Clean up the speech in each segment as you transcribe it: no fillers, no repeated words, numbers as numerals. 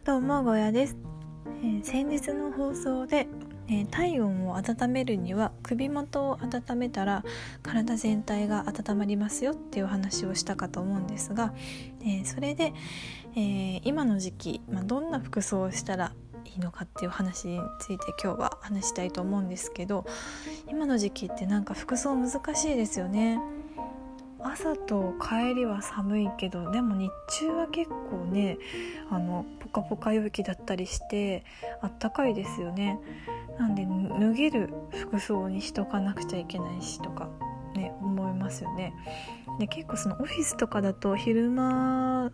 どうもゴヤです。先日の放送で、体温を温めるには首元を温めたら体全体が温まりますよっていう話をしたかと思うんですが、それで、今の時期、どんな服装をしたらいいのかっていう話について今日は話したいと思うんですけど、今の時期ってなんか服装難しいですよね。朝と帰りは寒いけど、でも日中は結構ね、ポカポカ陽気だったりしてあったかいですよね。なんで脱げる服装にしとかなくちゃいけないしとかね、思いますよね。で結構そのオフィスとかだと昼間、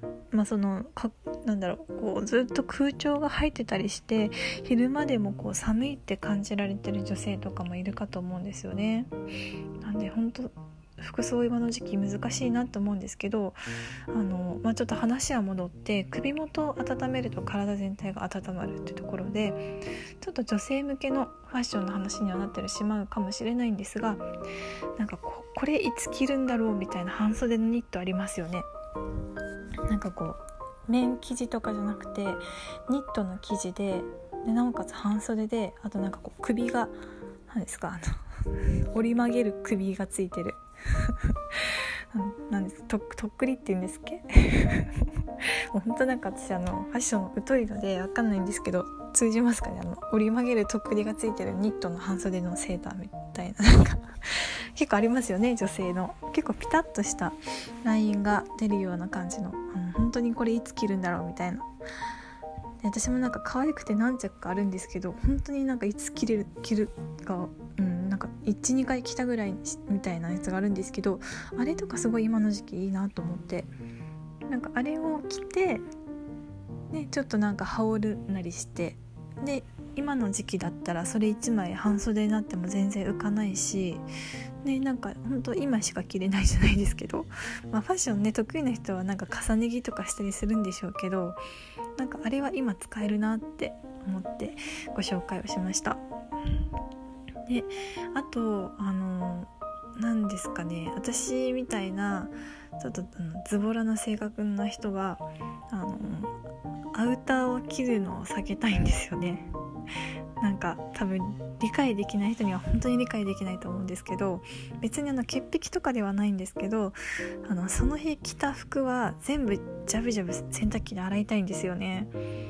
ずっと空調が入ってたりして昼間でも寒いって感じられてる女性とかもいるかと思うんですよね。なんで本当服装今の時期難しいなと思うんですけど、ちょっと話は戻って首元を温めると体全体が温まるっていうところで、ちょっと女性向けのファッションの話にはなってしまうかもしれないんですが、なんかこれいつ着るんだろうみたいな半袖のニットありますよね。なんか綿生地とかじゃなくてニットの生地でなおかつ半袖で、あと首が何ですか、折り曲げる首がついてるなんです、とっくりって言うんですっけもう本当私ファッション疎いので分かんないんですけど、通じますかね。折り曲げるとっくりがついてるニットの半袖のセーターみたいな、結構ありますよね。女性の結構ピタッとしたラインが出るような感じの、本当にこれいつ着るんだろうみたいな。で私も可愛くて何着かあるんですけど、本当にいつ着るか、1、2回着たぐらいみたいなやつがあるんですけど、あれとかすごい今の時期いいなと思って、あれを着て、ね、ちょっと羽織るなりして、で今の時期だったらそれ1枚半袖になっても全然浮かないし、ね、本当今しか着れないじゃないですけど、ファッションね得意な人は重ね着とかしたりするんでしょうけど、あれは今使えるなって思ってご紹介をしました。であと何ですかね、私みたいなちょっとズボラな性格な人はアウターを着るのを避けたいんですよね。多分理解できない人には本当に理解できないと思うんですけど、別に潔癖とかではないんですけど、その日着た服は全部ジャブジャブ洗濯機で洗いたいんですよね。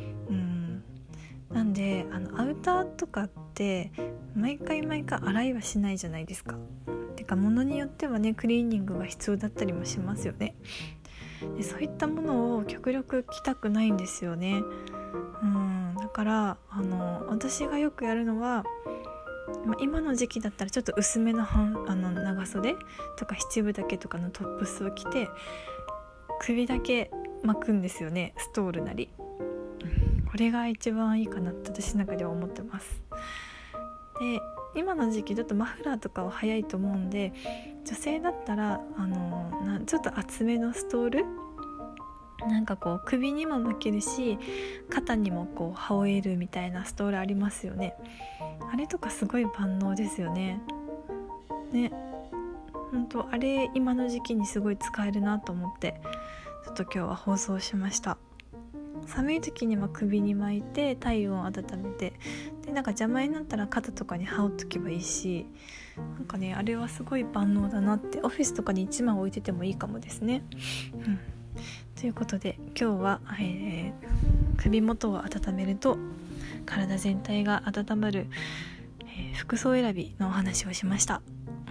なんでアウターとかって毎回洗いはしないじゃないですか。てか物によってはね、クリーニングが必要だったりもしますよね。でそういったものを極力着たくないんですよね。だから私がよくやるのは、今の時期だったらちょっと薄めの長袖とか七分丈とかのトップスを着て首だけ巻くんですよね、ストールなり。これが一番いいかなって私の中では思ってます。で今の時期ちょっとマフラーとかは早いと思うんで、女性だったらちょっと厚めのストール、首にも巻けるし肩にも羽織れるみたいなストールありますよね。あれとかすごい万能ですよね。本当あれ今の時期にすごい使えるなと思ってちょっと今日は放送しました。寒い時には首に巻いて体温を温めて、で邪魔になったら肩とかに羽織っとけばいいし、あれはすごい万能だなって、オフィスとかに1枚置いててもいいかもですね。ということで今日は、首元を温めると体全体が温まる、服装選びのお話をしました。